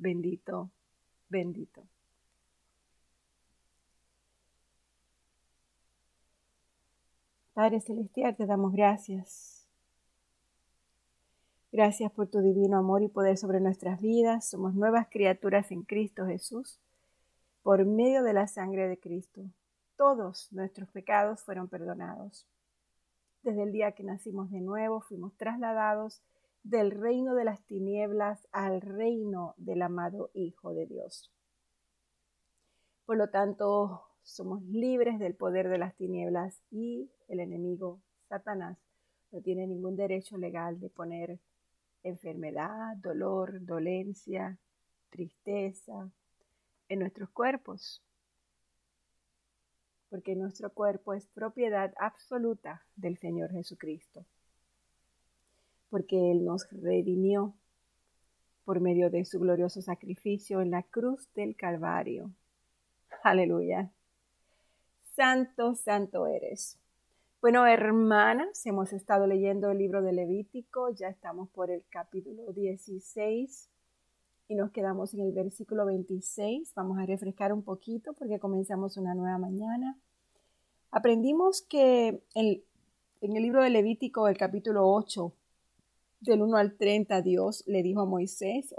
bendito, bendito. Padre Celestial, te damos gracias. Gracias por tu divino amor y poder sobre nuestras vidas. Somos nuevas criaturas en Cristo Jesús. Por medio de la sangre de Cristo, todos nuestros pecados fueron perdonados. Desde el día que nacimos de nuevo, fuimos trasladados del reino de las tinieblas al reino del amado Hijo de Dios. Por lo tanto, somos libres del poder de las tinieblas y el enemigo, Satanás, no tiene ningún derecho legal de poner enfermedad, dolor, dolencia, tristeza en nuestros cuerpos, porque nuestro cuerpo es propiedad absoluta del Señor Jesucristo, porque Él nos redimió por medio de su glorioso sacrificio en la cruz del Calvario. Aleluya. Santo, santo eres. Bueno, hermanas, hemos estado leyendo el libro de Levítico, ya estamos por el capítulo 16 y nos quedamos en el versículo 26. Vamos a refrescar un poquito porque comenzamos una nueva mañana. Aprendimos que en el libro de Levítico, el capítulo 8, del 1 al 30, Dios le dio a Moisés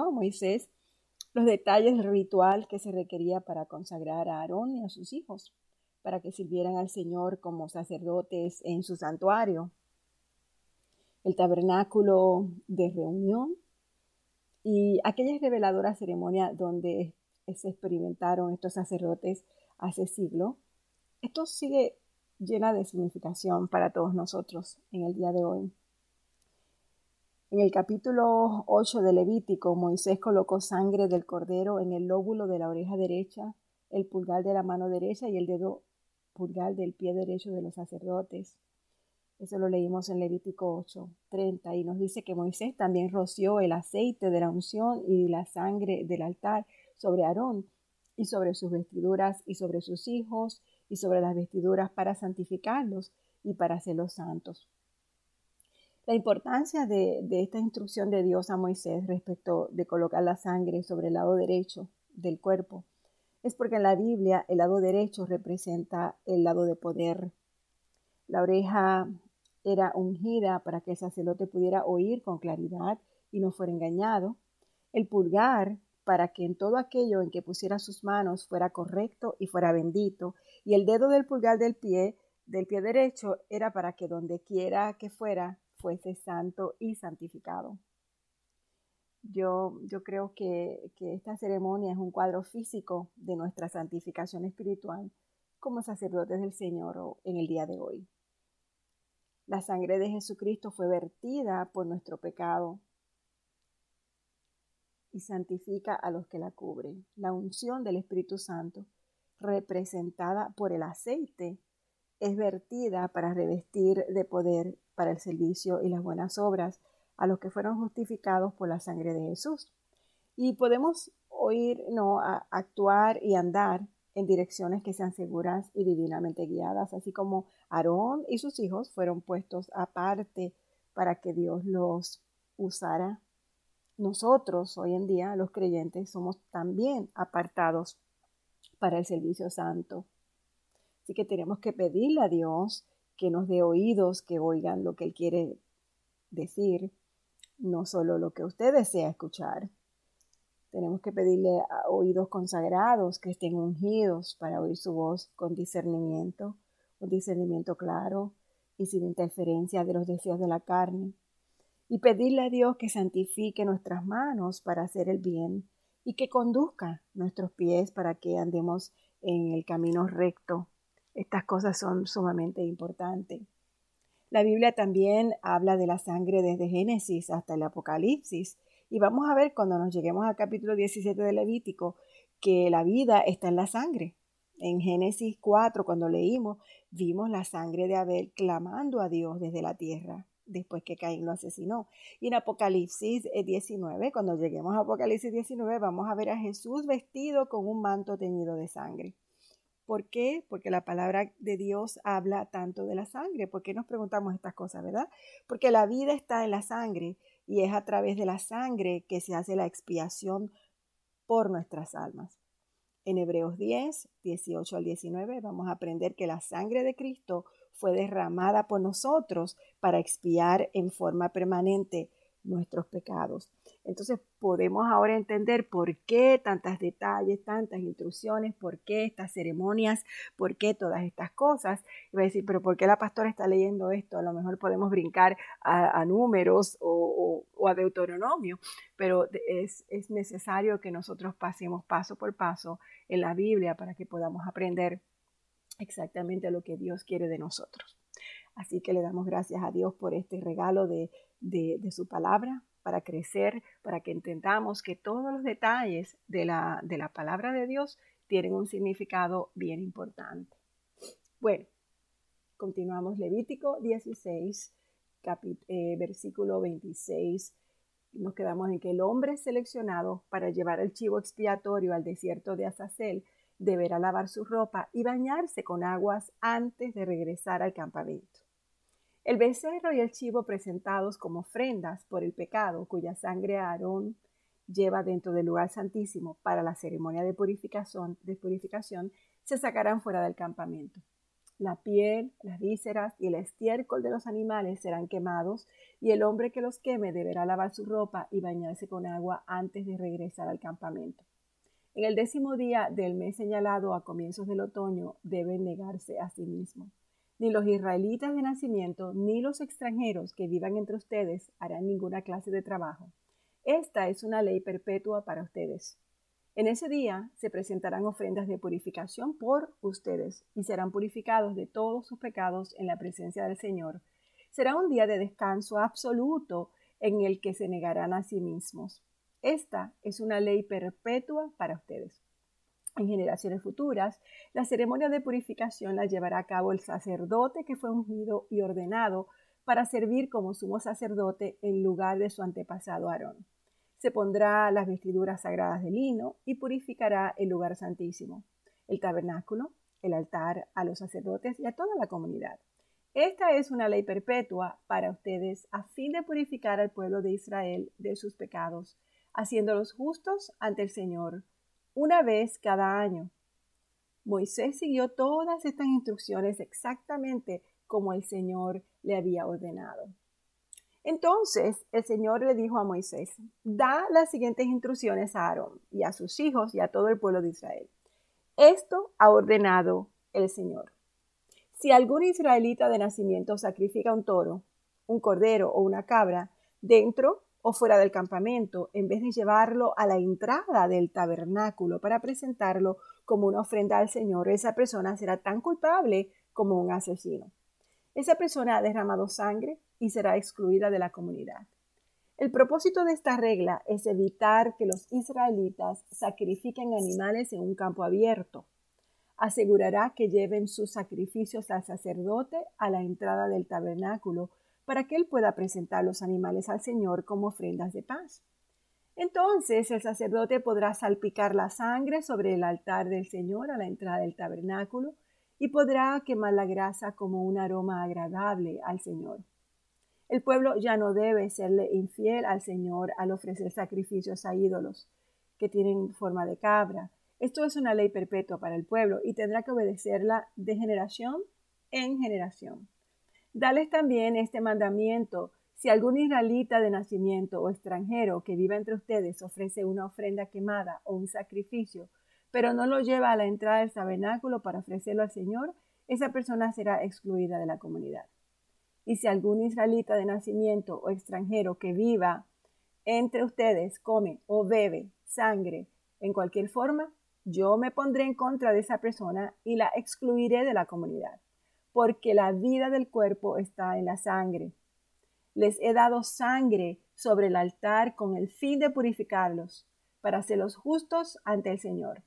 los detalles del ritual que se requería para consagrar a Aarón y a sus hijos, para que sirvieran al Señor como sacerdotes en su santuario, el tabernáculo de reunión y aquella reveladora ceremonia donde se experimentaron estos sacerdotes hace siglos. Esto sigue llena de significación para todos nosotros en el día de hoy. En el capítulo 8 de Levítico, Moisés colocó sangre del cordero en el lóbulo de la oreja derecha, el pulgar de la mano derecha y el dedo pulgar del pie derecho de los sacerdotes. Eso lo leímos en Levítico 8:30 y nos dice que Moisés también roció el aceite de la unción y la sangre del altar sobre Aarón y sobre sus vestiduras y sobre sus hijos y sobre las vestiduras para santificarlos y para hacerlos santos. La importancia de esta instrucción de Dios a Moisés respecto de colocar la sangre sobre el lado derecho del cuerpo es porque en la Biblia el lado derecho representa el lado de poder. La oreja era ungida para que el sacerdote pudiera oír con claridad y no fuera engañado. El pulgar para que en todo aquello en que pusiera sus manos fuera correcto y fuera bendito. Y el dedo del pulgar del pie derecho era para que donde quiera que fuera fuese santo y santificado. Yo creo que esta ceremonia es un cuadro físico de nuestra santificación espiritual como sacerdotes del Señor en el día de hoy. La sangre de Jesucristo fue vertida por nuestro pecado y santifica a los que la cubren. La unción del Espíritu Santo, representada por el aceite, es vertida para revestir de poder para el servicio y las buenas obras a los que fueron justificados por la sangre de Jesús. Y podemos actuar y andar en direcciones que sean seguras y divinamente guiadas, así como Aarón y sus hijos fueron puestos aparte para que Dios los usara. Nosotros hoy en día, los creyentes, somos también apartados para el servicio santo. Así que tenemos que pedirle a Dios que nos dé oídos, que oigan lo que Él quiere decir, no solo lo que usted desea escuchar. Tenemos que pedirle a oídos consagrados que estén ungidos para oír su voz con discernimiento, un discernimiento claro y sin interferencia de los deseos de la carne. Y pedirle a Dios que santifique nuestras manos para hacer el bien y que conduzca nuestros pies para que andemos en el camino recto. Estas cosas son sumamente importantes. La Biblia también habla de la sangre desde Génesis hasta el Apocalipsis. Y vamos a ver cuando nos lleguemos al capítulo 17 de Levítico que la vida está en la sangre. En Génesis 4, cuando leímos, vimos la sangre de Abel clamando a Dios desde la tierra, después que Caín lo asesinó. Y en Apocalipsis 19, cuando lleguemos a Apocalipsis 19, vamos a ver a Jesús vestido con un manto teñido de sangre. ¿Por qué? Porque la palabra de Dios habla tanto de la sangre. ¿Por qué nos preguntamos estas cosas, verdad? Porque la vida está en la sangre y es a través de la sangre que se hace la expiación por nuestras almas. En Hebreos 10, 18 al 19 vamos a aprender que la sangre de Cristo fue derramada por nosotros para expiar en forma permanente nuestros pecados. Entonces podemos ahora entender por qué tantos detalles, tantas instrucciones, por qué estas ceremonias, por qué todas estas cosas. Y va a decir, pero ¿por qué la pastora está leyendo esto? A lo mejor podemos brincar a Números o a Deuteronomio, pero es necesario que nosotros pasemos paso por paso en la Biblia para que podamos aprender exactamente lo que Dios quiere de nosotros. Así que le damos gracias a Dios por este regalo de su palabra, para crecer, para que entendamos que todos los detalles de la palabra de Dios tienen un significado bien importante. Bueno, continuamos Levítico 16, versículo 26. Nos quedamos en que el hombre seleccionado para llevar el chivo expiatorio al desierto de Azazel deberá lavar su ropa y bañarse con aguas antes de regresar al campamento. El becerro y el chivo presentados como ofrendas por el pecado, cuya sangre Aarón lleva dentro del lugar santísimo para la ceremonia de purificación, se sacarán fuera del campamento. La piel, las vísceras y el estiércol de los animales serán quemados, y el hombre que los queme deberá lavar su ropa y bañarse con agua antes de regresar al campamento. En el 10º día del mes señalado a comienzos del otoño deben negarse a sí mismo. Ni los israelitas de nacimiento ni los extranjeros que vivan entre ustedes harán ninguna clase de trabajo. Esta es una ley perpetua para ustedes. En ese día se presentarán ofrendas de purificación por ustedes y serán purificados de todos sus pecados en la presencia del Señor. Será un día de descanso absoluto en el que se negarán a sí mismos. Esta es una ley perpetua para ustedes. En generaciones futuras, la ceremonia de purificación la llevará a cabo el sacerdote que fue ungido y ordenado para servir como sumo sacerdote en lugar de su antepasado Aarón. Se pondrá las vestiduras sagradas de lino y purificará el lugar santísimo, el tabernáculo, el altar, a los sacerdotes y a toda la comunidad. Esta es una ley perpetua para ustedes a fin de purificar al pueblo de Israel de sus pecados, haciéndolos justos ante el Señor una vez cada año. Moisés siguió todas estas instrucciones exactamente como el Señor le había ordenado. Entonces el Señor le dijo a Moisés, da las siguientes instrucciones a Aarón y a sus hijos y a todo el pueblo de Israel. Esto ha ordenado el Señor. Si algún israelita de nacimiento sacrifica un toro, un cordero o una cabra dentro o fuera del campamento, en vez de llevarlo a la entrada del tabernáculo para presentarlo como una ofrenda al Señor, esa persona será tan culpable como un asesino. Esa persona ha derramado sangre y será excluida de la comunidad. El propósito de esta regla es evitar que los israelitas sacrifiquen animales en un campo abierto. Asegurará que lleven sus sacrificios al sacerdote a la entrada del tabernáculo para que él pueda presentar los animales al Señor como ofrendas de paz. Entonces el sacerdote podrá salpicar la sangre sobre el altar del Señor a la entrada del tabernáculo y podrá quemar la grasa como un aroma agradable al Señor. El pueblo ya no debe serle infiel al Señor al ofrecer sacrificios a ídolos que tienen forma de cabra. Esto es una ley perpetua para el pueblo y tendrá que obedecerla de generación en generación. Dales también este mandamiento: si algún israelita de nacimiento o extranjero que viva entre ustedes ofrece una ofrenda quemada o un sacrificio, pero no lo lleva a la entrada del tabernáculo para ofrecerlo al Señor, esa persona será excluida de la comunidad. Y si algún israelita de nacimiento o extranjero que viva entre ustedes come o bebe sangre en cualquier forma, yo me pondré en contra de esa persona y la excluiré de la comunidad, porque la vida del cuerpo está en la sangre. Les he dado sangre sobre el altar con el fin de purificarlos, para hacerlos justos ante el Señor.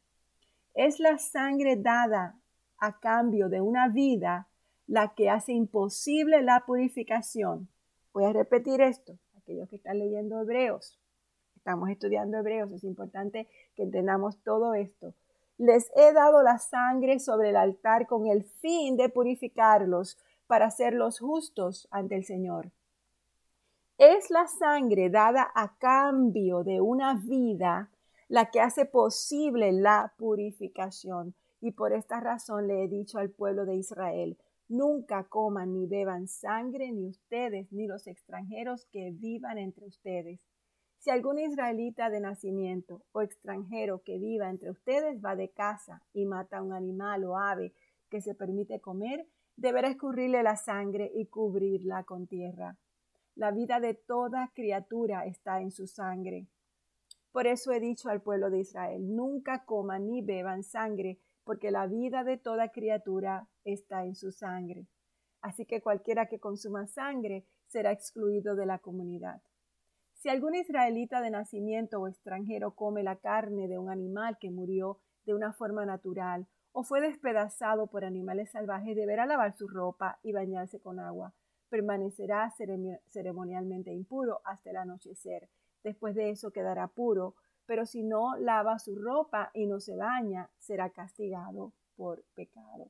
Es la sangre dada a cambio de una vida la que hace imposible la purificación. Voy a repetir esto, aquellos que están leyendo Hebreos. Estamos estudiando Hebreos, es importante que entendamos todo esto. Les he dado la sangre sobre el altar con el fin de purificarlos para hacerlos justos ante el Señor. Es la sangre dada a cambio de una vida la que hace posible la purificación. Y por esta razón le he dicho al pueblo de Israel, nunca coman ni beban sangre, ni ustedes, ni los extranjeros que vivan entre ustedes. Si algún israelita de nacimiento o extranjero que viva entre ustedes va de caza y mata a un animal o ave que se permite comer, deberá escurrirle la sangre y cubrirla con tierra. La vida de toda criatura está en su sangre. Por eso he dicho al pueblo de Israel, nunca coman ni beban sangre, porque la vida de toda criatura está en su sangre. Así que cualquiera que consuma sangre será excluido de la comunidad. Si algún israelita de nacimiento o extranjero come la carne de un animal que murió de una forma natural o fue despedazado por animales salvajes, deberá lavar su ropa y bañarse con agua. Permanecerá ceremonialmente impuro hasta el anochecer. Después de eso quedará puro, pero si no lava su ropa y no se baña, será castigado por pecado.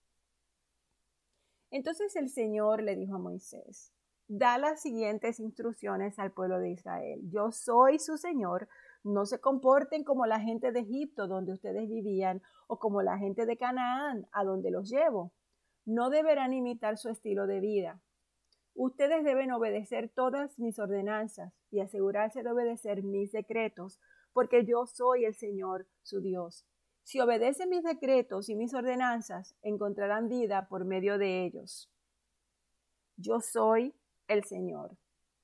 Entonces el Señor le dijo a Moisés, da las siguientes instrucciones al pueblo de Israel. Yo soy su Señor. No se comporten como la gente de Egipto, donde ustedes vivían, o como la gente de Canaán, a donde los llevo. No deberán imitar su estilo de vida. Ustedes deben obedecer todas mis ordenanzas y asegurarse de obedecer mis decretos, porque yo soy el Señor, su Dios. Si obedecen mis decretos y mis ordenanzas, encontrarán vida por medio de ellos. Yo soy el Señor.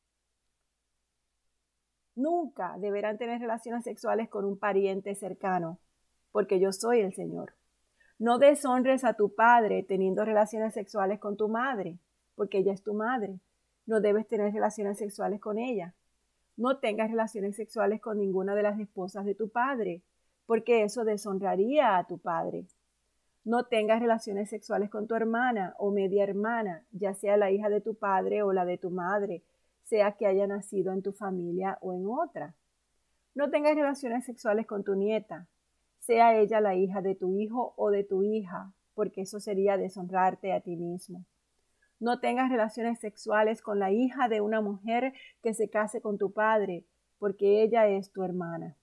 Nunca deberán tener relaciones sexuales con un pariente cercano, porque yo soy el Señor. No deshonres a tu padre teniendo relaciones sexuales con tu madre, porque ella es tu madre. No debes tener relaciones sexuales con ella. No tengas relaciones sexuales con ninguna de las esposas de tu padre, porque eso deshonraría a tu padre. No tengas relaciones sexuales con tu hermana o media hermana, ya sea la hija de tu padre o la de tu madre, sea que haya nacido en tu familia o en otra. No tengas relaciones sexuales con tu nieta, sea ella la hija de tu hijo o de tu hija, porque eso sería deshonrarte a ti mismo. No tengas relaciones sexuales con la hija de una mujer que se case con tu padre, porque ella es tu hermana.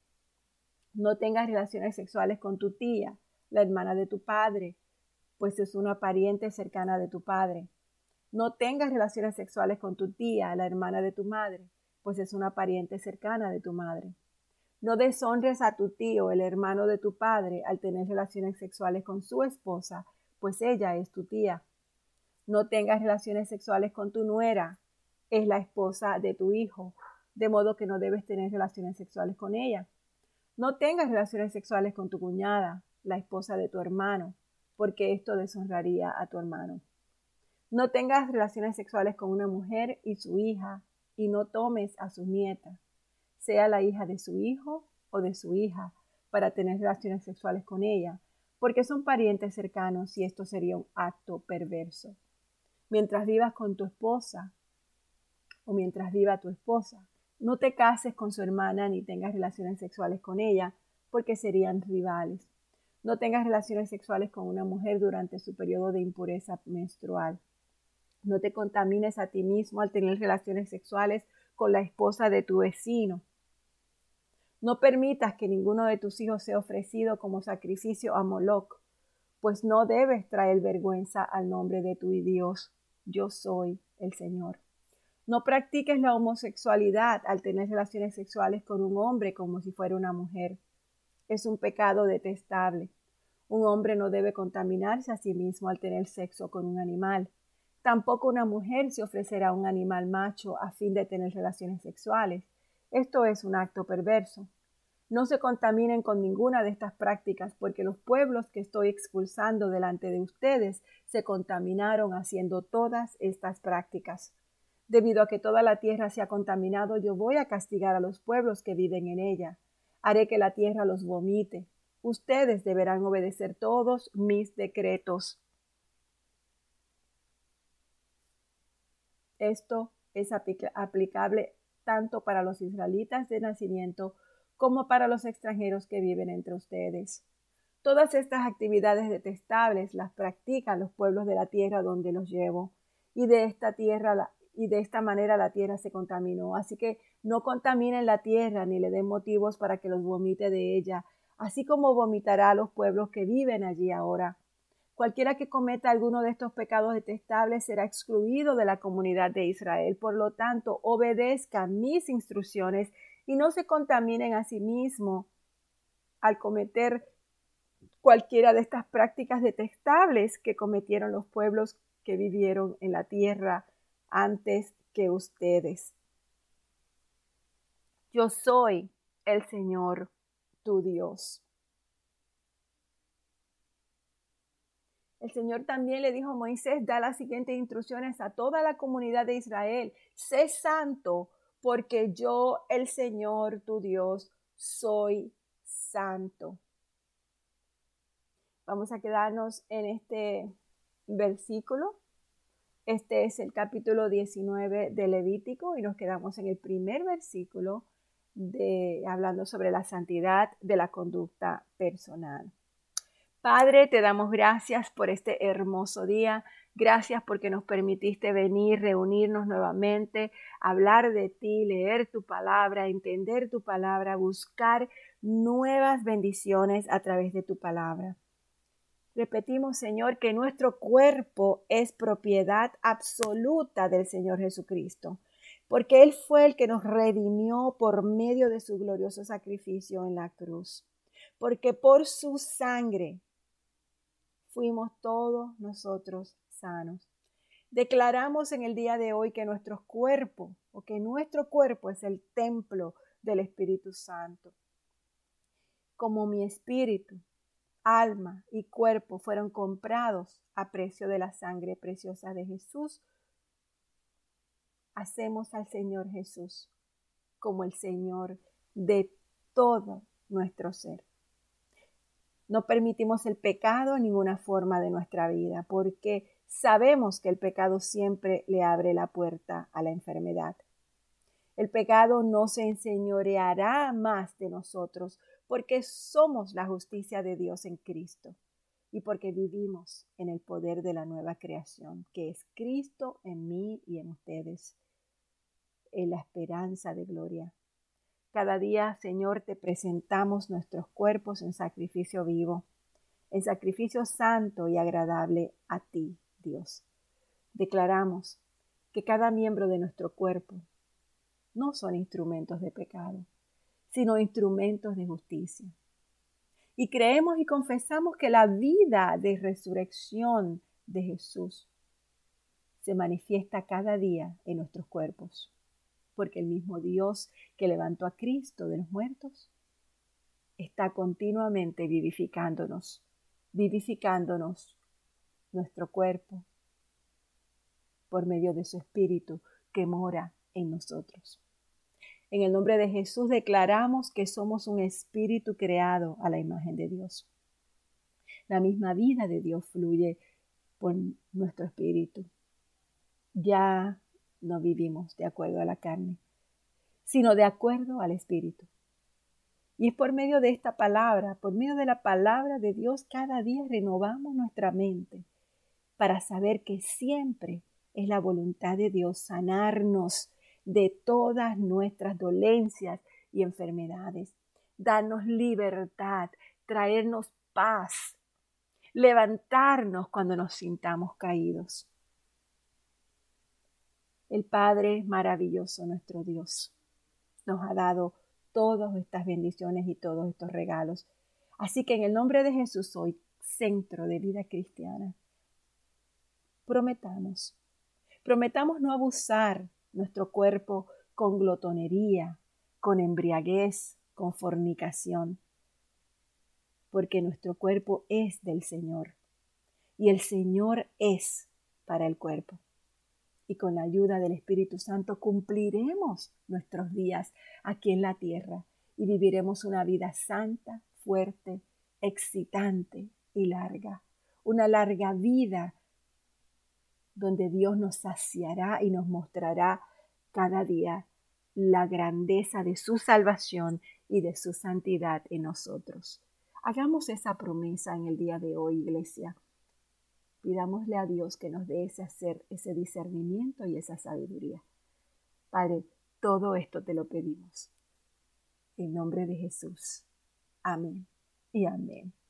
No tengas relaciones sexuales con tu tía, la hermana de tu padre, pues es una pariente cercana de tu padre. No tengas relaciones sexuales con tu tía, la hermana de tu madre, pues es una pariente cercana de tu madre. No deshonres a tu tío, el hermano de tu padre, al tener relaciones sexuales con su esposa, pues ella es tu tía. No tengas relaciones sexuales con tu nuera, es la esposa de tu hijo, de modo que no debes tener relaciones sexuales con ella. No tengas relaciones sexuales con tu cuñada, la esposa de tu hermano, porque esto deshonraría a tu hermano. No tengas relaciones sexuales con una mujer y su hija, y no tomes a su nieta, sea la hija de su hijo o de su hija, para tener relaciones sexuales con ella, porque son parientes cercanos y esto sería un acto perverso. Mientras vivas con tu esposa o mientras viva tu esposa, no te cases con su hermana ni tengas relaciones sexuales con ella, porque serían rivales. No tengas relaciones sexuales con una mujer durante su periodo de impureza menstrual. No te contamines a ti mismo al tener relaciones sexuales con la esposa de tu vecino. No permitas que ninguno de tus hijos sea ofrecido como sacrificio a Moloc, pues no debes traer vergüenza al nombre de tu Dios. Yo soy el Señor. No practiques la homosexualidad al tener relaciones sexuales con un hombre como si fuera una mujer. Es un pecado detestable. Un hombre no debe contaminarse a sí mismo al tener sexo con un animal. Tampoco una mujer se ofrecerá a un animal macho a fin de tener relaciones sexuales. Esto es un acto perverso. No se contaminen con ninguna de estas prácticas, porque los pueblos que estoy expulsando delante de ustedes se contaminaron haciendo todas estas prácticas. Debido a que toda la tierra se ha contaminado, yo voy a castigar a los pueblos que viven en ella. Haré que la tierra los vomite. Ustedes deberán obedecer todos mis decretos. Esto es aplicable tanto para los israelitas de nacimiento como para los extranjeros que viven entre ustedes. Todas estas actividades detestables las practican los pueblos de la tierra donde los llevo, y y de esta manera la tierra se contaminó. Así que no contaminen la tierra ni le den motivos para que los vomite de ella, así como vomitará a los pueblos que viven allí ahora. Cualquiera que cometa alguno de estos pecados detestables será excluido de la comunidad de Israel. Por lo tanto, obedezcan mis instrucciones y no se contaminen a sí mismos al cometer cualquiera de estas prácticas detestables que cometieron los pueblos que vivieron en la tierra antes que ustedes. Yo soy el Señor, tu Dios. El Señor también le dijo a Moisés, da las siguientes instrucciones a toda la comunidad de Israel. Sé santo, porque yo, el Señor, tu Dios, soy santo. Vamos a quedarnos en este versículo. Este es el capítulo 19 de Levítico y nos quedamos en el primer versículo hablando sobre la santidad de la conducta personal. Padre, te damos gracias por este hermoso día. Gracias porque nos permitiste venir, reunirnos nuevamente, hablar de ti, leer tu palabra, entender tu palabra, buscar nuevas bendiciones a través de tu palabra. Repetimos, Señor, que nuestro cuerpo es propiedad absoluta del Señor Jesucristo, porque Él fue el que nos redimió por medio de su glorioso sacrificio en la cruz, porque por su sangre fuimos todos nosotros sanos. Declaramos en el día de hoy que nuestro cuerpo es el templo del Espíritu Santo. Como mi espíritu, alma y cuerpo fueron comprados a precio de la sangre preciosa de Jesús, hacemos al Señor Jesús como el Señor de todo nuestro ser. No permitimos el pecado en ninguna forma de nuestra vida, porque sabemos que el pecado siempre le abre la puerta a la enfermedad. El pecado no se enseñoreará más de nosotros, porque somos la justicia de Dios en Cristo y porque vivimos en el poder de la nueva creación, que es Cristo en mí y en ustedes, en la esperanza de gloria. Cada día, Señor, te presentamos nuestros cuerpos en sacrificio vivo, en sacrificio santo y agradable a ti, Dios. Declaramos que cada miembro de nuestro cuerpo no son instrumentos de pecado, sino instrumentos de justicia. Y creemos y confesamos que la vida de resurrección de Jesús se manifiesta cada día en nuestros cuerpos, porque el mismo Dios que levantó a Cristo de los muertos está continuamente vivificándonos nuestro cuerpo por medio de su Espíritu que mora en nosotros. En el nombre de Jesús declaramos que somos un espíritu creado a la imagen de Dios. La misma vida de Dios fluye por nuestro espíritu. Ya no vivimos de acuerdo a la carne, sino de acuerdo al espíritu. Y es por medio de esta palabra, por medio de la palabra de Dios, cada día renovamos nuestra mente para saber que siempre es la voluntad de Dios sanarnos de todas nuestras dolencias y enfermedades, darnos libertad, traernos paz, levantarnos cuando nos sintamos caídos. El Padre maravilloso, nuestro Dios, nos ha dado todas estas bendiciones y todos estos regalos. Así que en el nombre de Jesús hoy, Centro de Vida Cristiana, prometamos no abusar nuestro cuerpo con glotonería, con embriaguez, con fornicación, porque nuestro cuerpo es del Señor y el Señor es para el cuerpo. Y con la ayuda del Espíritu Santo cumpliremos nuestros días aquí en la tierra y viviremos una vida santa, fuerte, excitante y larga. Una larga vida donde Dios nos saciará y nos mostrará cada día la grandeza de su salvación y de su santidad en nosotros. Hagamos esa promesa en el día de hoy, iglesia. Pidámosle a Dios que nos dé ese discernimiento y esa sabiduría. Padre, todo esto te lo pedimos. En nombre de Jesús. Amén y amén.